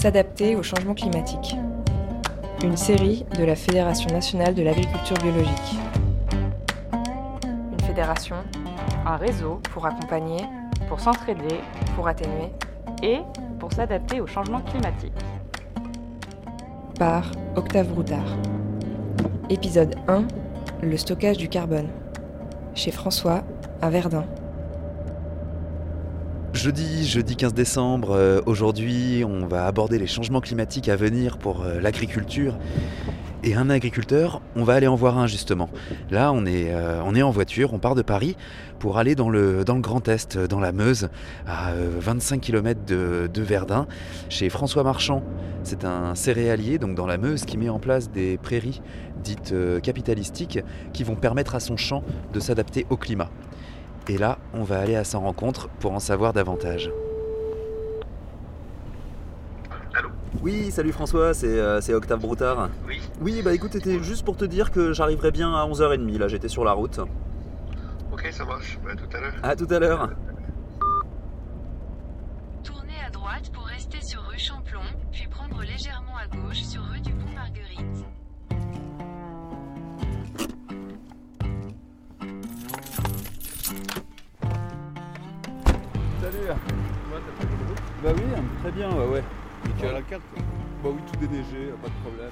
S'adapter au changement climatique. Une série de la Fédération nationale de l'agriculture biologique. Une fédération, un réseau pour accompagner, pour s'entraider, pour atténuer et pour s'adapter au changement climatique. Par Octave Broutard. Épisode 1, le stockage du carbone. Chez François, à Verdun. Jeudi 15 décembre, aujourd'hui on va aborder les changements climatiques à venir pour l'agriculture. Et un agriculteur, on va aller en voir un justement. Là on est en voiture, on part de Paris pour aller dans le Grand Est, dans la Meuse, à 25 km de Verdun, chez François Marchand. C'est un céréalier donc dans la Meuse qui met en place des prairies dites capitalistiques qui vont permettre à son champ de s'adapter au climat. Et là, on va aller à sa rencontre pour en savoir davantage. Allô ? Oui, salut François, c'est Octave Broutard. Oui. Oui, bah écoute, c'était juste pour te dire que j'arriverai bien à 11h30, là j'étais sur la route. Ok, ça marche, à tout à l'heure. À tout à l'heure. Tournez à droite pour rester sur rue Champlon, puis prendre légèrement à gauche sur rue du Pont-Marguerite. Salut. Ouais, t'as pris le route ? Bah oui, très bien, ouais. Et tu as la carte quoi ? Bah oui, tout déneigé, pas de problème.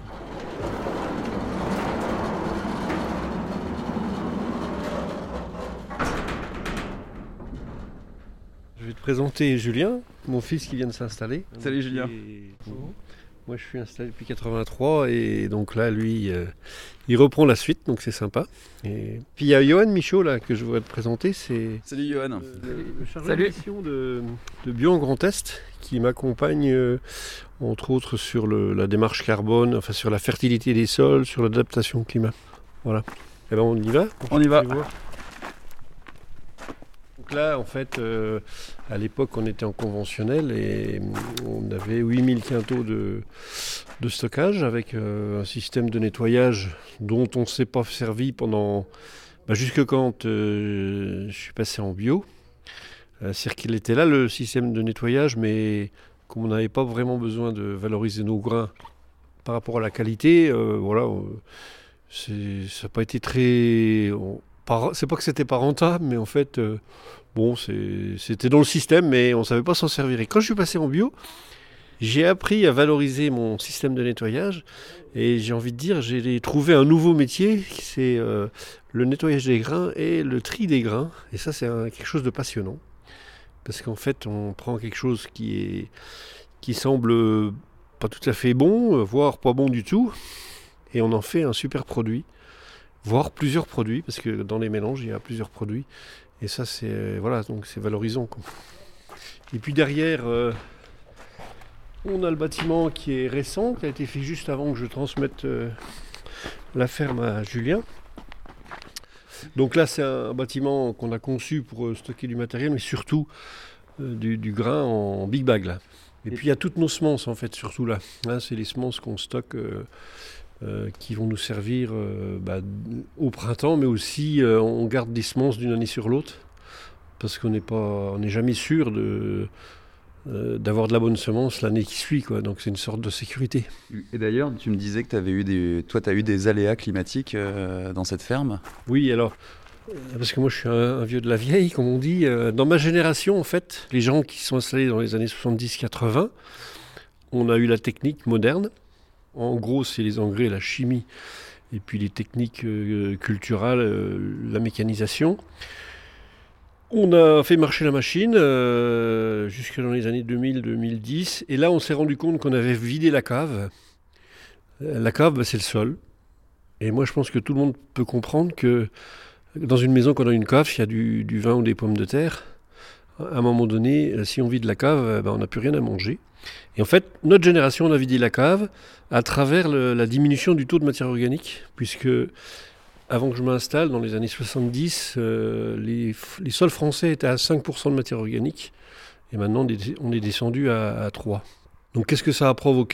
Je vais te présenter Julien, mon fils qui vient de s'installer. Salut Julien. Moi je suis installé depuis 83 et donc là lui il reprend la suite donc c'est sympa. Et puis il y a Johan Michaud là que je voudrais te présenter, c'est Salut Johan. le chargé de mission de Bio en Grand Est qui m'accompagne entre autres sur la démarche carbone, enfin sur la fertilité des sols, sur l'adaptation au climat. Voilà. Et ben on y va. On y va. Donc là, en fait, à l'époque, on était en conventionnel et on avait 8000 quintaux de stockage avec un système de nettoyage dont on ne s'est pas servi pendant jusque quand je suis passé en bio. C'est-à-dire qu'il était là, le système de nettoyage, mais comme on n'avait pas vraiment besoin de valoriser nos grains par rapport à la qualité, ça n'a pas été très... C'est pas que c'était pas rentable, mais en fait, c'était dans le système, mais on savait pas s'en servir. Et quand je suis passé en bio, j'ai appris à valoriser mon système de nettoyage, et j'ai envie de dire, j'ai trouvé un nouveau métier, c'est le nettoyage des grains et le tri des grains. Et ça, c'est quelque chose de passionnant, parce qu'en fait, on prend quelque chose qui semble pas tout à fait bon, voire pas bon du tout, et on en fait un super produit. Voire plusieurs produits, parce que dans les mélanges, il y a plusieurs produits. Et ça, donc c'est valorisant, quoi. Et puis derrière, on a le bâtiment qui est récent, qui a été fait juste avant que je transmette la ferme à Julien. Donc là, c'est un bâtiment qu'on a conçu pour stocker du matériel, mais surtout du grain en big bag, là. Et puis il y a toutes nos semences, en fait, surtout là. Là, c'est les semences qu'on stocke... qui vont nous servir au printemps, mais aussi on garde des semences d'une année sur l'autre, parce qu'on n'est jamais sûr d'avoir de la bonne semence l'année qui suit, quoi. Donc c'est une sorte de sécurité. Et d'ailleurs, tu me disais que tu as eu des aléas climatiques dans cette ferme. Oui, alors, parce que moi je suis un vieux de la vieille, comme on dit. Dans ma génération, en fait, les gens qui sont installés dans les années 70-80, on a eu la technique moderne. En gros, c'est les engrais, la chimie, et puis les techniques culturales, la mécanisation. On a fait marcher la machine jusque dans les années 2000-2010. Et là, on s'est rendu compte qu'on avait vidé la cave. La cave, c'est le sol. Et moi, je pense que tout le monde peut comprendre que dans une maison, quand on a une cave, il y a du vin ou des pommes de terre. À un moment donné, si on vide la cave, on n'a plus rien à manger. Et en fait, notre génération, on a vidé la cave à travers la diminution du taux de matière organique, puisque avant que je m'installe, dans les années 70, les sols français étaient à 5% de matière organique, et maintenant on est descendu à 3%. Donc qu'est-ce que ça a provoqué ?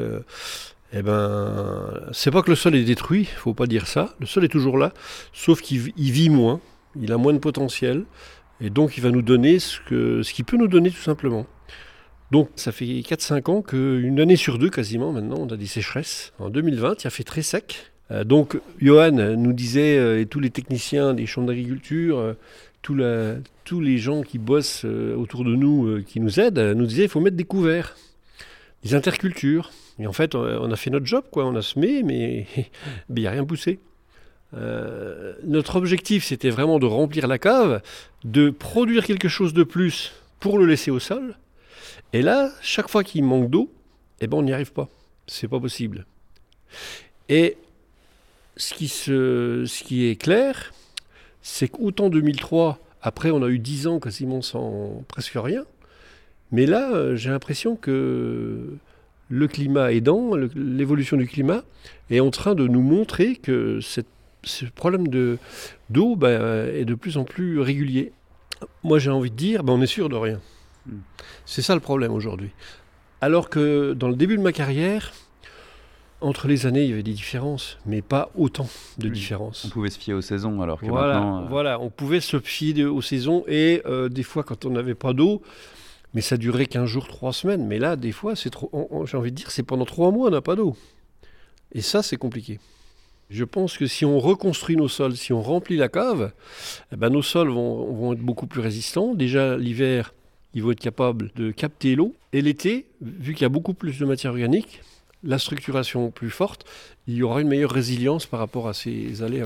C'est pas que le sol est détruit, il faut pas dire ça, le sol est toujours là, sauf qu'il vit moins, il a moins de potentiel, et donc il va nous donner ce qu'il peut nous donner tout simplement. Donc ça fait 4-5 ans qu'une année sur deux quasiment maintenant on a des sécheresses. En 2020 il a fait très sec. Donc Johan nous disait, et tous les techniciens des champs d'agriculture, tous les gens qui bossent autour de nous, qui nous aident, nous disaient il faut mettre des couverts, des intercultures. Et en fait on a fait notre job, quoi. On a semé mais il n'y a rien poussé. Notre objectif c'était vraiment de remplir la cave, de produire quelque chose de plus pour le laisser au sol. Et là, chaque fois qu'il manque d'eau, on n'y arrive pas. C'est pas possible. Et ce qui est clair, c'est qu'autant 2003, après on a eu 10 ans quasiment sans presque rien, mais là j'ai l'impression que le climat aidant, l'évolution du climat est en train de nous montrer que ce problème d'eau est de plus en plus régulier. Moi j'ai envie de dire, on est sûr de rien. C'est ça le problème aujourd'hui. Alors que dans le début de ma carrière, entre les années, il y avait des différences, mais pas autant de différences. On pouvait se fier aux saisons, alors que maintenant... Voilà, on pouvait se fier aux saisons, et des fois, quand on n'avait pas d'eau, mais ça durait 15 jours, 3 semaines. Mais là, des fois, c'est trop, j'ai envie de dire, c'est pendant 3 mois, on n'a pas d'eau. Et ça, c'est compliqué. Je pense que si on reconstruit nos sols, si on remplit la cave, nos sols vont être beaucoup plus résistants. Déjà, l'hiver... ils vont être capables de capter l'eau. Et l'été, vu qu'il y a beaucoup plus de matière organique, la structuration plus forte, il y aura une meilleure résilience par rapport à ces aléas.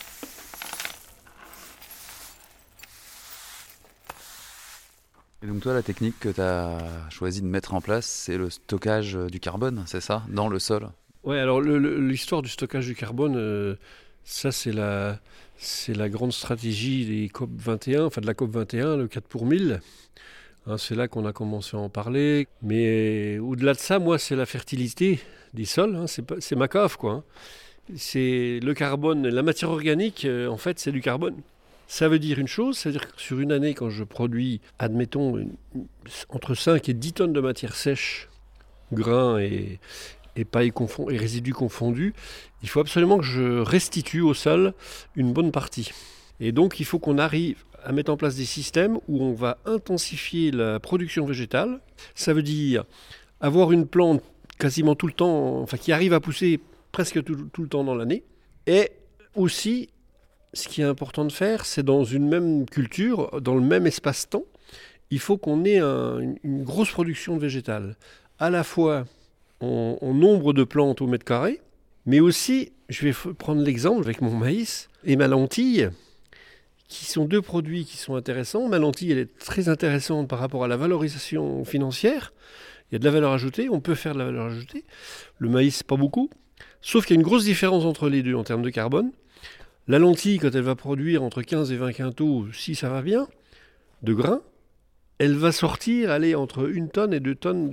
Et donc toi, la technique que tu as choisi de mettre en place, c'est le stockage du carbone, c'est ça, dans le sol ? Oui, alors l'histoire du stockage du carbone, ça c'est la grande stratégie des COP 21, enfin de la COP 21, le 4 pour 1000. C'est là qu'on a commencé à en parler. Mais au-delà de ça, moi, c'est la fertilité des sols. C'est ma cave, quoi. C'est le carbone, la matière organique, en fait, c'est du carbone. Ça veut dire une chose, c'est-à-dire que sur une année, quand je produis, admettons, entre 5 et 10 tonnes de matière sèche, grains et paille et résidus confondus, il faut absolument que je restitue au sol une bonne partie. Et donc, il faut qu'on arrive à mettre en place des systèmes où on va intensifier la production végétale. Ça veut dire avoir une plante quasiment tout le temps, enfin qui arrive à pousser presque tout le temps dans l'année. Et aussi, ce qui est important de faire, c'est dans une même culture, dans le même espace-temps, il faut qu'on ait une grosse production végétale, à la fois en nombre de plantes au mètre carré, mais aussi, je vais prendre l'exemple avec mon maïs et ma lentille, qui sont deux produits qui sont intéressants. Ma lentille, elle est très intéressante par rapport à la valorisation financière. Il y a de la valeur ajoutée, on peut faire de la valeur ajoutée. Le maïs, pas beaucoup. Sauf qu'il y a une grosse différence entre les deux en termes de carbone. La lentille, quand elle va produire entre 15 et 20 quintaux, si ça va bien, de grains, elle va sortir, aller entre 1 tonne et 2 tonnes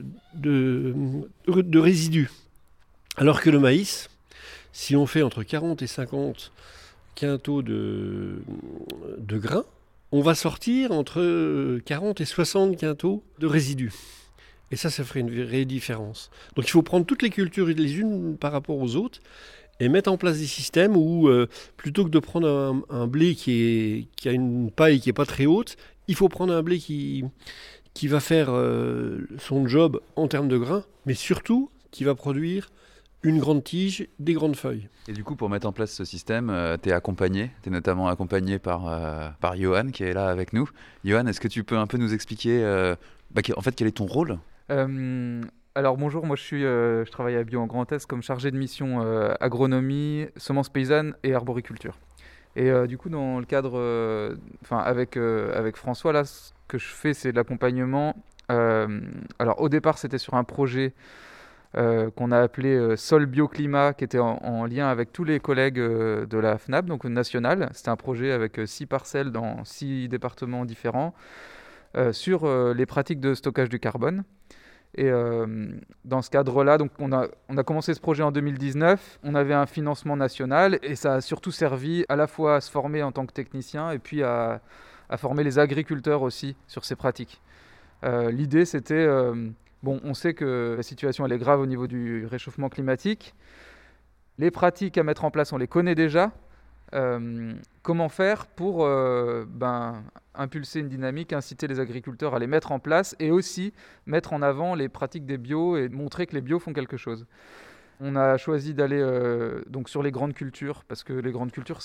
de résidus. Alors que le maïs, si on fait entre 40 et 50 quintaux de grains, on va sortir entre 40 et 60 quintaux de résidus. Et ça ferait une vraie différence. Donc il faut prendre toutes les cultures les unes par rapport aux autres et mettre en place des systèmes où, plutôt que de prendre un blé qui a une paille qui n'est pas très haute, il faut prendre un blé qui va faire son job en termes de grains, mais surtout qui va produire une grande tige, des grandes feuilles. Et du coup, pour mettre en place ce système, tu es accompagné, tu es notamment accompagné par Johan qui est là avec nous. Johan, est-ce que tu peux un peu nous expliquer en fait, quel est ton rôle ? Alors bonjour, moi je travaille à Bio en Grand Est comme chargé de mission agronomie, semences paysannes et arboriculture. Et du coup, dans le cadre, avec François, là, ce que je fais, c'est de l'accompagnement. Alors au départ, c'était sur un projet qu'on a appelé Sol Bioclimat, qui était en lien avec tous les collègues de la FNAP, donc nationale. C'était un projet avec 6 parcelles dans 6 départements différents sur les pratiques de stockage du carbone. Et dans ce cadre-là, donc on a commencé ce projet en 2019. On avait un financement national et ça a surtout servi à la fois à se former en tant que technicien et puis à former les agriculteurs aussi sur ces pratiques. L'idée, c'était... on sait que la situation elle est grave au niveau du réchauffement climatique. Les pratiques à mettre en place, on les connaît déjà. Comment faire pour impulser une dynamique, inciter les agriculteurs à les mettre en place et aussi mettre en avant les pratiques des bio et montrer que les bio font quelque chose. On a choisi d'aller donc sur les grandes cultures parce que les grandes cultures,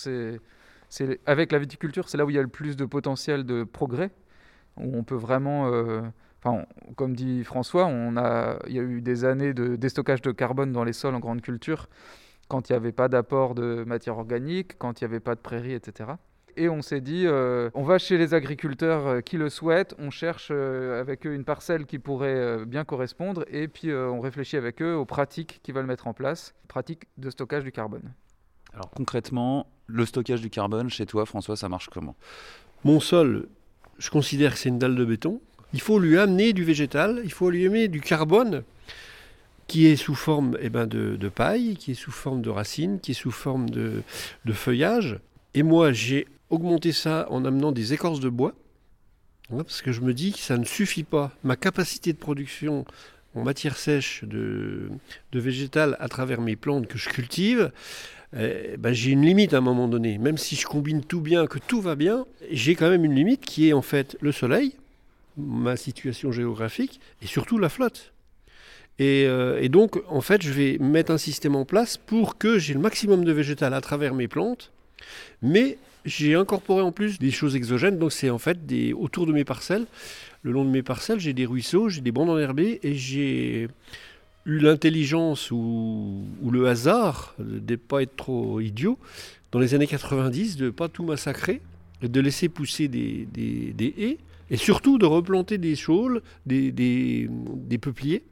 avec la viticulture, c'est là où il y a le plus de potentiel de progrès, où on peut vraiment... comme dit François, il y a eu des années de déstockage de carbone dans les sols en grande culture quand il n'y avait pas d'apport de matière organique, quand il n'y avait pas de prairies, etc. Et on s'est dit, on va chez les agriculteurs qui le souhaitent, on cherche avec eux une parcelle qui pourrait bien correspondre, et puis on réfléchit avec eux aux pratiques qu'ils veulent mettre en place, pratiques de stockage du carbone. Alors concrètement, le stockage du carbone, chez toi, François, ça marche comment ? Mon sol, je considère que c'est une dalle de béton. Il faut lui amener du végétal, il faut lui amener du carbone qui est sous forme de paille, qui est sous forme de racines, qui est sous forme de feuillage. Et moi, j'ai augmenté ça en amenant des écorces de bois, parce que je me dis que ça ne suffit pas. Ma capacité de production en matière sèche de végétal à travers mes plantes que je cultive, j'ai une limite à un moment donné. Même si je combine tout bien, que tout va bien, j'ai quand même une limite qui est en fait le soleil, ma situation géographique et surtout la flotte. Et donc, en fait, je vais mettre un système en place pour que j'ai le maximum de végétal à travers mes plantes, mais j'ai incorporé en plus des choses exogènes. Donc, c'est en fait autour de mes parcelles, le long de mes parcelles, j'ai des ruisseaux, j'ai des bandes enherbées et j'ai eu l'intelligence ou le hasard de ne pas être trop idiot dans les années 90, de ne pas tout massacrer, de laisser pousser des haies et surtout de replanter des saules, des peupliers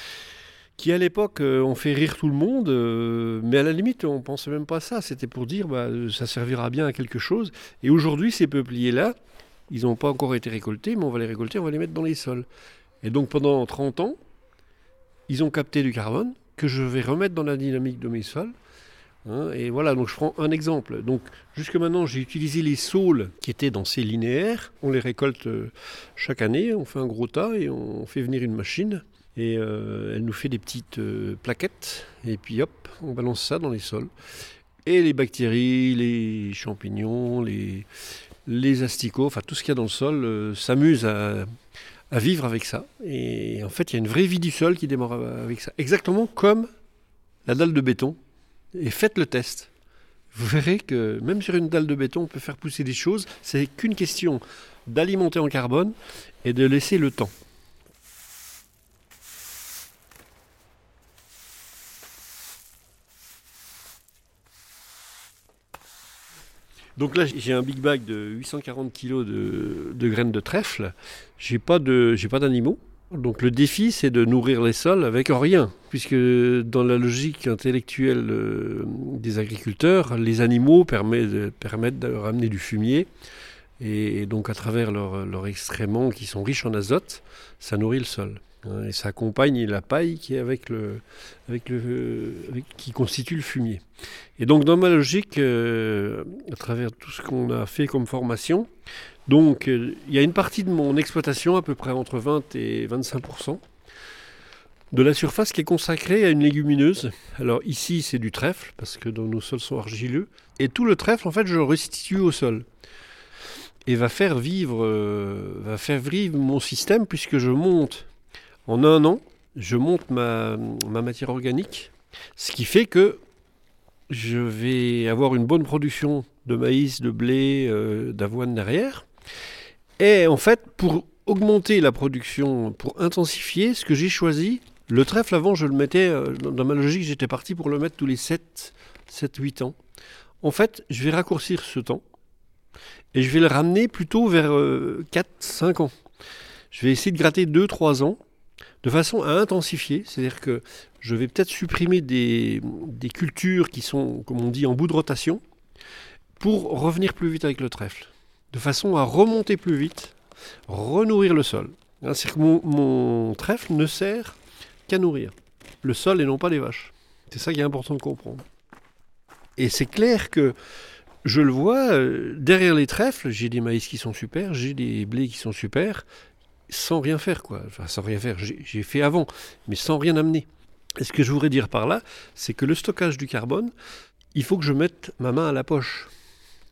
qui à l'époque ont fait rire tout le monde, mais à la limite on ne pensait même pas à ça, c'était pour dire ça servira bien à quelque chose. Et aujourd'hui ces peupliers-là, ils n'ont pas encore été récoltés, mais on va les récolter, on va les mettre dans les sols. Et donc pendant 30 ans, ils ont capté du carbone que je vais remettre dans la dynamique de mes sols. Et voilà, donc je prends un exemple. Donc jusque maintenant, j'ai utilisé les saules qui étaient dans ces linéaires. On les récolte chaque année, on fait un gros tas et on fait venir une machine. Et elle nous fait des petites plaquettes. Et puis hop, on balance ça dans les sols. Et les bactéries, les champignons, les asticots, enfin tout ce qu'il y a dans le sol s'amuse à vivre avec ça. Et en fait, il y a une vraie vie du sol qui démarre avec ça. Exactement comme la dalle de béton. Et faites le test. Vous verrez que même sur une dalle de béton, on peut faire pousser des choses. C'est qu'une question d'alimenter en carbone et de laisser le temps. Donc là, j'ai un big bag de 840 kg de graines de trèfle. J'ai pas d'animaux. Donc le défi, c'est de nourrir les sols avec rien, puisque dans la logique intellectuelle des agriculteurs, les animaux permettent de ramener du fumier, et donc à travers leurs excréments qui sont riches en azote, ça nourrit le sol. Et ça accompagne la paille qui est qui constitue le fumier. Et donc dans ma logique, à travers tout ce qu'on a fait comme formation, donc il y a une partie de mon exploitation, à peu près entre 20 et 25%, de la surface qui est consacrée à une légumineuse. Alors ici c'est du trèfle, parce que nos sols sont argileux, et tout le trèfle en fait je le restitue au sol. Et va faire vivre mon système, puisque je monte en un an, je monte ma matière organique, ce qui fait que je vais avoir une bonne production de maïs, de blé, d'avoine derrière. Et en fait, pour augmenter la production, pour intensifier, ce que j'ai choisi, le trèfle avant, je le mettais, dans ma logique, j'étais parti pour le mettre tous les 7-8 ans. En fait, je vais raccourcir ce temps et je vais le ramener plutôt vers 4-5 ans. Je vais essayer de gratter 2-3 ans de façon à intensifier, c'est-à-dire que je vais peut-être supprimer des cultures qui sont, comme on dit, en bout de rotation, pour revenir plus vite avec le trèfle, de façon à remonter plus vite, renourrir le sol. C'est-à-dire que mon trèfle ne sert qu'à nourrir le sol et non pas les vaches. C'est ça qui est important de comprendre. Et c'est clair que je le vois, derrière les trèfles, j'ai des maïs qui sont super, j'ai des blés qui sont super, sans rien faire, quoi. Enfin, sans rien faire, j'ai fait avant, mais sans rien amener. Et ce que je voudrais dire par là, c'est que le stockage du carbone, il faut que je mette ma main à la poche.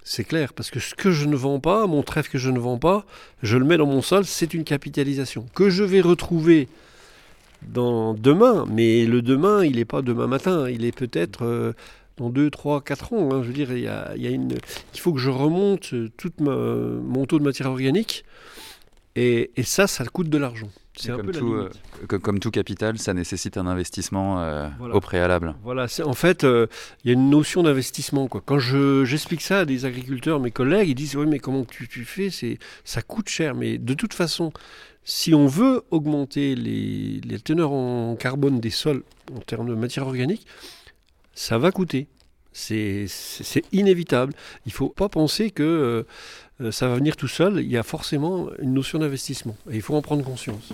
C'est clair, parce que ce que je ne vends pas, mon trèfle que je ne vends pas, je le mets dans mon sol, c'est une capitalisation que je vais retrouver dans demain, mais le demain, il n'est pas demain matin, il est peut-être dans 2, 3, 4 ans. Je veux dire, il faut que je remonte mon taux de matière organique, et ça coûte de l'argent. C'est un peu la limite. Comme tout capital, ça nécessite un investissement Voilà. au préalable. Voilà, en fait, il y a une notion d'investissement, quoi. Quand j'explique ça à des agriculteurs, mes collègues, ils disent « Oui, mais comment tu fais ? Ça coûte cher. » Mais de toute façon, si on veut augmenter les teneurs en carbone des sols en termes de matière organique, ça va coûter. C'est inévitable. Il ne faut pas penser que ça va venir tout seul. Il y a forcément une notion d'investissement. Et il faut en prendre conscience.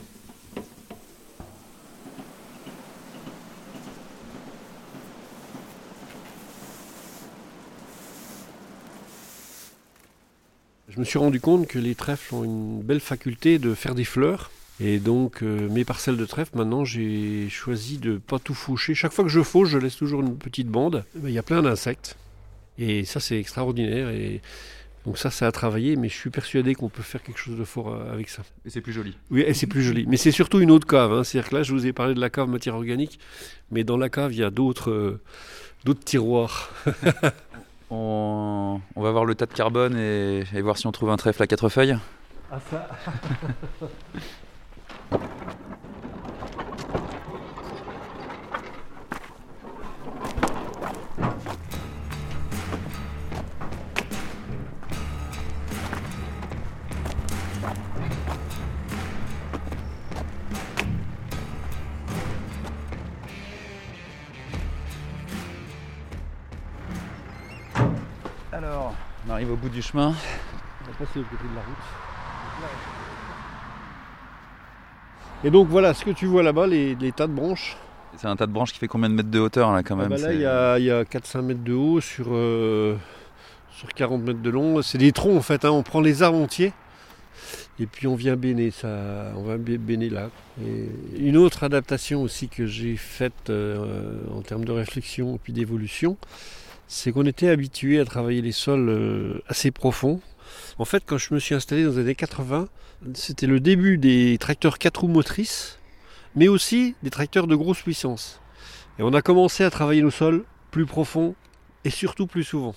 Je me suis rendu compte que les trèfles ont une belle faculté de faire des fleurs. Et donc, mes parcelles de trèfle, maintenant, j'ai choisi de ne pas tout faucher. Chaque fois que je fauche, je laisse toujours une petite bande. Il y a plein d'insectes. Et ça, c'est extraordinaire. Et donc ça a travaillé, mais je suis persuadé qu'on peut faire quelque chose de fort avec ça. Et c'est plus joli. Oui, et c'est plus joli. Mais c'est surtout une autre cave. C'est-à-dire que là, je vous ai parlé de la cave matière organique. Mais dans la cave, il y a d'autres tiroirs. On va voir le tas de carbone et voir si on trouve un trèfle à 4 feuilles. Ah ça. Alors, on arrive au bout du chemin. On va passer au côté de la route. Et donc voilà, ce que tu vois là-bas, les tas de branches. C'est un tas de branches qui fait combien de mètres de hauteur là quand même? Là, il y a 4-5 mètres de haut sur 40 mètres de long. C'est des troncs en fait, on prend les arbres entiers et puis on vient béner ça, on va béner là. Et une autre adaptation aussi que j'ai faite en termes de réflexion et puis d'évolution, c'est qu'on était habitué à travailler les sols assez profonds. En fait, quand je me suis installé dans les années 80, c'était le début des tracteurs 4 roues motrices, mais aussi des tracteurs de grosse puissance. Et on a commencé à travailler nos sols plus profonds et surtout plus souvent.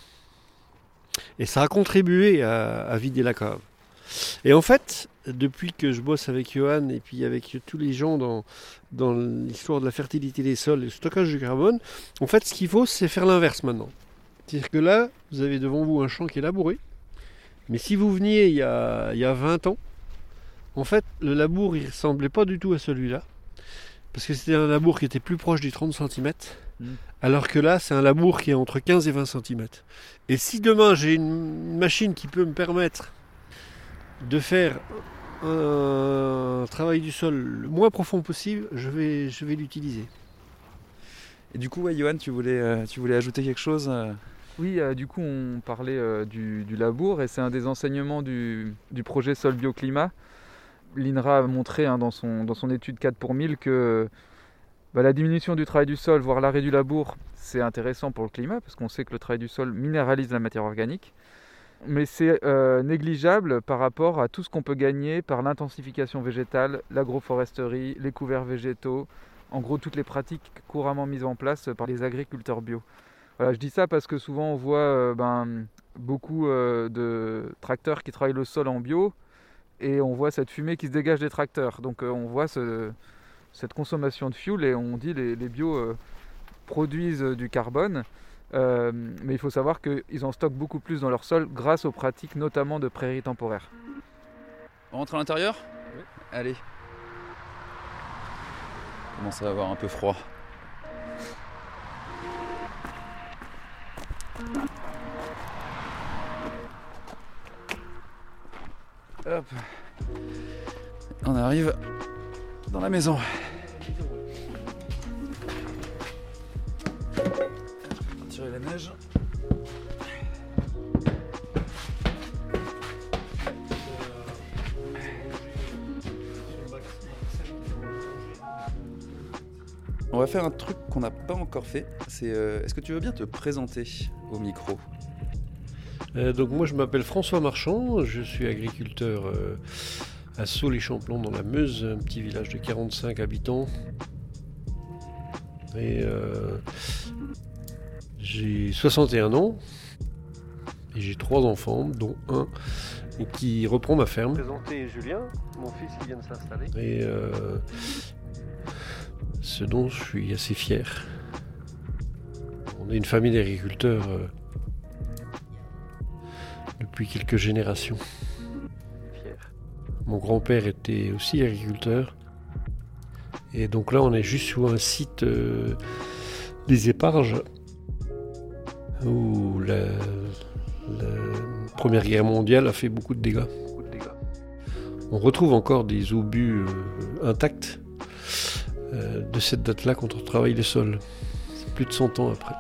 Et ça a contribué à vider la cave. Et en fait, depuis que je bosse avec Johan et puis avec tous les gens dans l'histoire de la fertilité des sols et le stockage du carbone, en fait, ce qu'il faut, c'est faire l'inverse maintenant. C'est-à-dire que là, vous avez devant vous un champ qui est labouré. Mais si vous veniez il y a 20 ans, en fait, le labour, il ne ressemblait pas du tout à celui-là. Parce que c'était un labour qui était plus proche du 30 cm. Alors que là, c'est un labour qui est entre 15 et 20 cm. Et si demain, j'ai une machine qui peut me permettre de faire un travail du sol le moins profond possible, je vais l'utiliser. Et du coup, Johan, tu voulais ajouter quelque chose? Oui, du coup, on parlait du labour et c'est un des enseignements du projet Sol Bioclimat. L'INRA a montré dans son étude 4 pour 1000 que la diminution du travail du sol, voire l'arrêt du labour, c'est intéressant pour le climat parce qu'on sait que le travail du sol minéralise la matière organique. Mais c'est négligeable par rapport à tout ce qu'on peut gagner par l'intensification végétale, l'agroforesterie, les couverts végétaux, en gros toutes les pratiques couramment mises en place par les agriculteurs bio. Voilà, je dis ça parce que souvent on voit beaucoup de tracteurs qui travaillent le sol en bio et on voit cette fumée qui se dégage des tracteurs. Donc on voit cette consommation de fuel et on dit les bio produisent du carbone. Mais il faut savoir qu'ils en stockent beaucoup plus dans leur sol grâce aux pratiques notamment de prairies temporaires. On rentre à l'intérieur? Oui. Allez. On commence à avoir un peu froid. Hop. On arrive dans la maison. Tirer la neige. On va faire un truc qu'on n'a pas encore fait. C'est est-ce que tu veux bien te présenter au micro? Donc moi je m'appelle François Marchand, je suis agriculteur à Saulx-les-Champlons dans la Meuse, un petit village de 45 habitants. Et j'ai 61 ans et j'ai 3 enfants, dont un qui reprend ma ferme. Présenter Julien, mon fils qui vient de s'installer. Et ce dont je suis assez fier. On est une famille d'agriculteurs depuis quelques générations. Fier. Mon grand-père était aussi agriculteur. Et donc là, on est juste sur un site des Éparges où la Première Guerre mondiale a fait beaucoup de dégâts. On retrouve encore des obus intacts de cette date-là quand on travaille les sols. C'est plus de 100 ans après.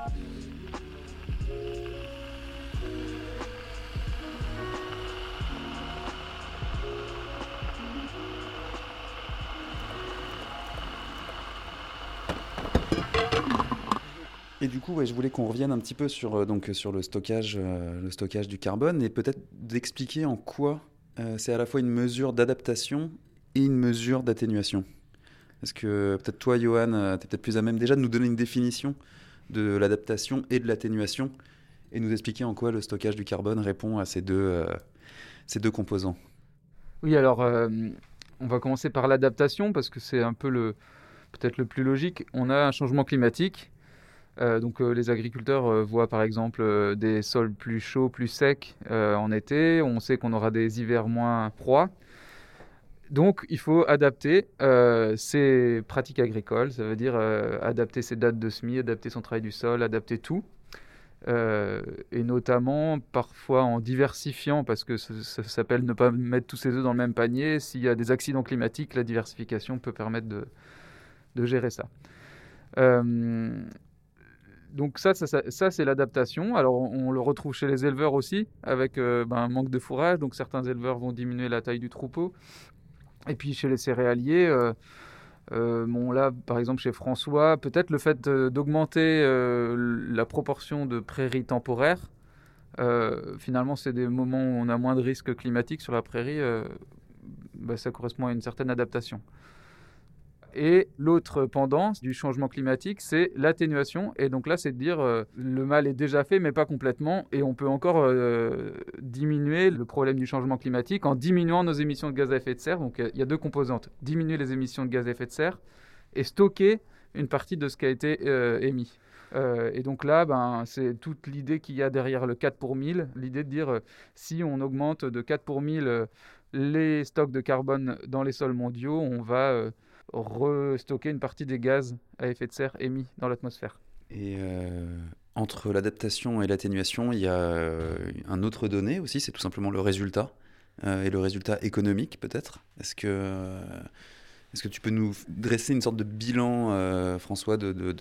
Et du coup, je voulais qu'on revienne un petit peu sur le stockage du carbone et peut-être d'expliquer en quoi c'est à la fois une mesure d'adaptation et une mesure d'atténuation. Est-ce que peut-être toi, Johan, tu es peut-être plus à même déjà de nous donner une définition de l'adaptation et de l'atténuation et nous expliquer en quoi le stockage du carbone répond à ces deux composants. Oui, alors on va commencer par l'adaptation parce que c'est un peu peut-être le plus logique. On a un changement climatique. Donc les agriculteurs voient par exemple des sols plus chauds, plus secs en été. On sait qu'on aura des hivers moins froids. Donc il faut adapter ses pratiques agricoles. Ça veut dire adapter ses dates de semis, adapter son travail du sol, adapter tout. Et notamment parfois en diversifiant, parce que ça s'appelle ne pas mettre tous ses œufs dans le même panier. S'il y a des accidents climatiques, la diversification peut permettre de gérer ça. Donc ça c'est l'adaptation. Alors on le retrouve chez les éleveurs aussi, avec un manque de fourrage. Donc certains éleveurs vont diminuer la taille du troupeau. Et puis chez les céréaliers, là par exemple chez François, peut-être le fait d'augmenter la proportion de prairies temporaires. Finalement c'est des moments où on a moins de risques climatiques sur la prairie. Ça correspond à une certaine adaptation. Et l'autre pendant du changement climatique, c'est l'atténuation. Et donc là, c'est de dire le mal est déjà fait, mais pas complètement. Et on peut encore diminuer le problème du changement climatique en diminuant nos émissions de gaz à effet de serre. Donc il y a deux composantes. Diminuer les émissions de gaz à effet de serre et stocker une partie de ce qui a été émis. Et donc là, c'est toute l'idée qu'il y a derrière le 4 pour 1000. L'idée de dire si on augmente de 4 pour 1000 les stocks de carbone dans les sols mondiaux, on va restocker une partie des gaz à effet de serre émis dans l'atmosphère. Et entre l'adaptation et l'atténuation, il y a un autre donné aussi, c'est tout simplement le résultat, et le résultat économique peut-être. Est-ce que tu peux nous dresser une sorte de bilan, François,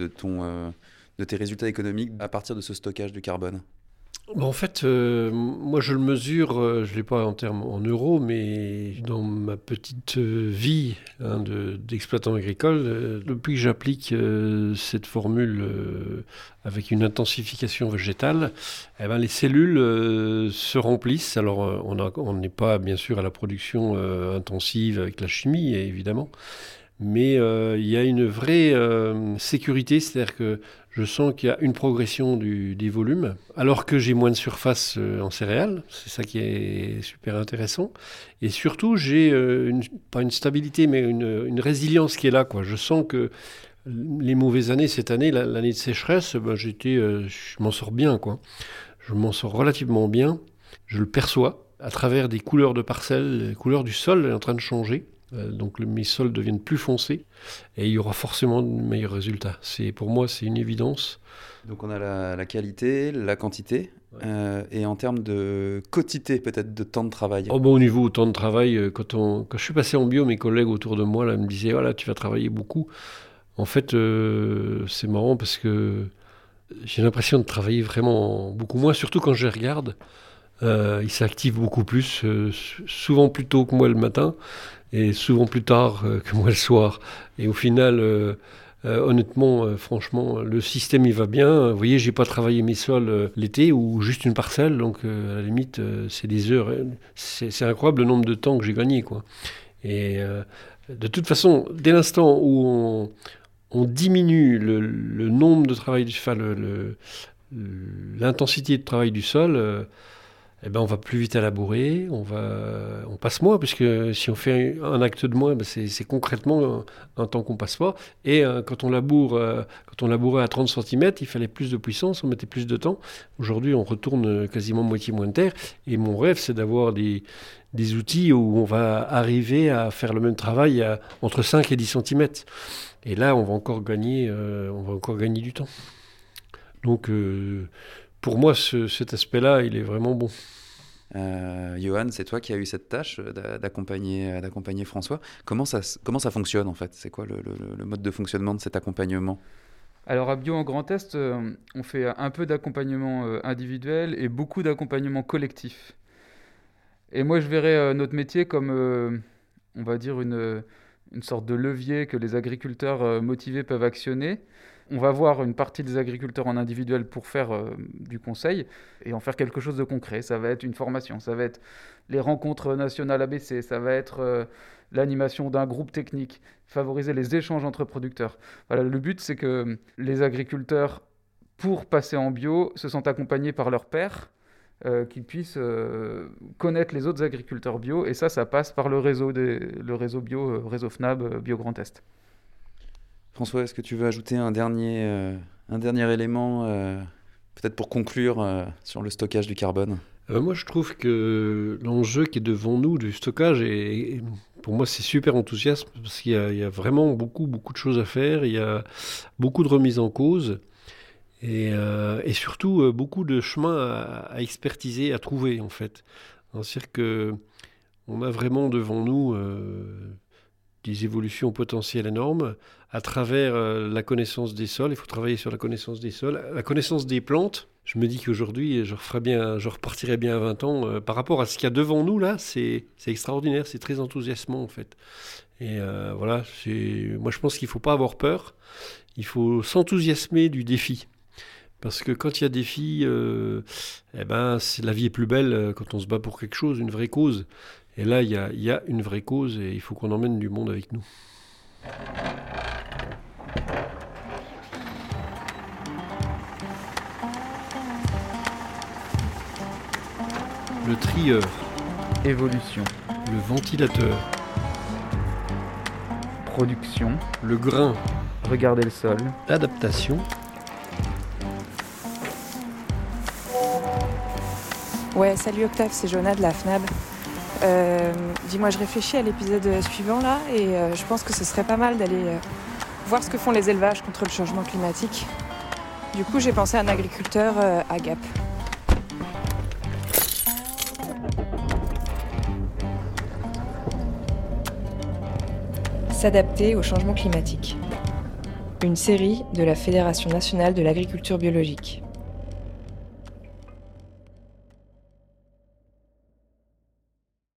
de tes résultats économiques à partir de ce stockage du carbone ? En fait, moi je le mesure, je ne l'ai pas en termes en euros, mais dans ma petite vie d'exploitant agricole, depuis que j'applique cette formule avec une intensification végétale, les cellules se remplissent. Alors on n'est pas bien sûr à la production intensive avec la chimie, évidemment, mais il y a une vraie sécurité, c'est-à-dire que je sens qu'il y a une progression des volumes, alors que j'ai moins de surface en céréales. C'est ça qui est super intéressant. Et surtout, j'ai pas une stabilité, mais une résilience qui est là, quoi. Je sens que les mauvaises années, cette année, l'année de sécheresse, je m'en sors bien, quoi. Je m'en sors relativement bien. Je le perçois à travers des couleurs de parcelles, les couleurs du sol est en train de changer. Donc mes sols deviennent plus foncés et il y aura forcément de meilleurs résultats. Pour moi, c'est une évidence. Donc on a la qualité, la quantité, et en termes de quotité peut-être de temps de travail. Au niveau temps de travail, quand je suis passé en bio, mes collègues autour de moi me disaient voilà, tu vas travailler beaucoup. En fait, c'est marrant parce que j'ai l'impression de travailler vraiment beaucoup moins, surtout quand je les regarde. Ils s'activent beaucoup plus, souvent plus tôt que moi le matin et souvent plus tard que moi le soir. Et au final, Honnêtement, franchement, le système il va bien. Vous voyez, j'ai pas travaillé mes sols l'été ou juste une parcelle, donc à la limite, c'est des heures. C'est incroyable le nombre de temps que j'ai gagné, quoi. Et de toute façon, dès l'instant où on diminue le nombre de travail, l'intensité de travail du sol, on va plus vite à labourer, on passe moins, puisque si on fait un acte de moins, c'est concrètement un temps qu'on passe pas. Et quand on labourait à 30 cm, il fallait plus de puissance, on mettait plus de temps. Aujourd'hui, on retourne quasiment moitié moins de terre. Et mon rêve, c'est d'avoir des outils où on va arriver à faire le même travail entre 5 et 10 cm. Et là, on va encore gagner du temps. Donc, pour moi, cet aspect-là, il est vraiment bon. Johan, c'est toi qui as eu cette tâche d'accompagner François. Comment ça fonctionne en fait ? C'est quoi le mode de fonctionnement de cet accompagnement ? Alors à Bio en Grand Est, on fait un peu d'accompagnement individuel et beaucoup d'accompagnement collectif. Et moi, je verrais notre métier comme, on va dire, une sorte de levier que les agriculteurs motivés peuvent actionner. On va voir une partie des agriculteurs en individuel pour faire du conseil et en faire quelque chose de concret. Ça va être une formation, ça va être les rencontres nationales ABC, ça va être l'animation d'un groupe technique, favoriser les échanges entre producteurs. Voilà, le but, c'est que les agriculteurs, pour passer en bio, se sentent accompagnés par leurs pairs, qu'ils puissent connaître les autres agriculteurs bio. Et ça passe par le réseau bio, réseau FNAB, Bio Grand Est. François, est-ce que tu veux ajouter un dernier élément, peut-être pour conclure sur le stockage du carbone ? Moi, je trouve que l'enjeu qui est devant nous du stockage, pour moi, c'est super enthousiaste parce qu'il y a vraiment beaucoup de choses à faire. Il y a beaucoup de remises en cause et surtout beaucoup de chemins à expertiser, à trouver, en fait. C'est-à-dire qu'on a vraiment devant nous des évolutions potentielles énormes à travers la connaissance des sols. Il faut travailler sur la connaissance des sols, la connaissance des plantes. Je me dis qu'aujourd'hui, je repartirais bien à 20 ans. Par rapport à ce qu'il y a devant nous, là, c'est extraordinaire, c'est très enthousiasmant, en fait. Et moi, je pense qu'il ne faut pas avoir peur. Il faut s'enthousiasmer du défi. Parce que quand il y a défi, la vie est plus belle quand on se bat pour quelque chose, une vraie cause. Et là, il y a une vraie cause et il faut qu'on emmène du monde avec nous. Le trieur. Évolution. Le ventilateur. Production. Le grain. Regarder le sol. Adaptation. Ouais, salut Octave, c'est Jonah de la FNAB. Dis-moi, je réfléchis à l'épisode suivant là et je pense que ce serait pas mal d'aller voir ce que font les élevages contre le changement climatique. Du coup, j'ai pensé à un agriculteur à Gap. S'adapter au changement climatique. Une série de la Fédération nationale de l'agriculture biologique.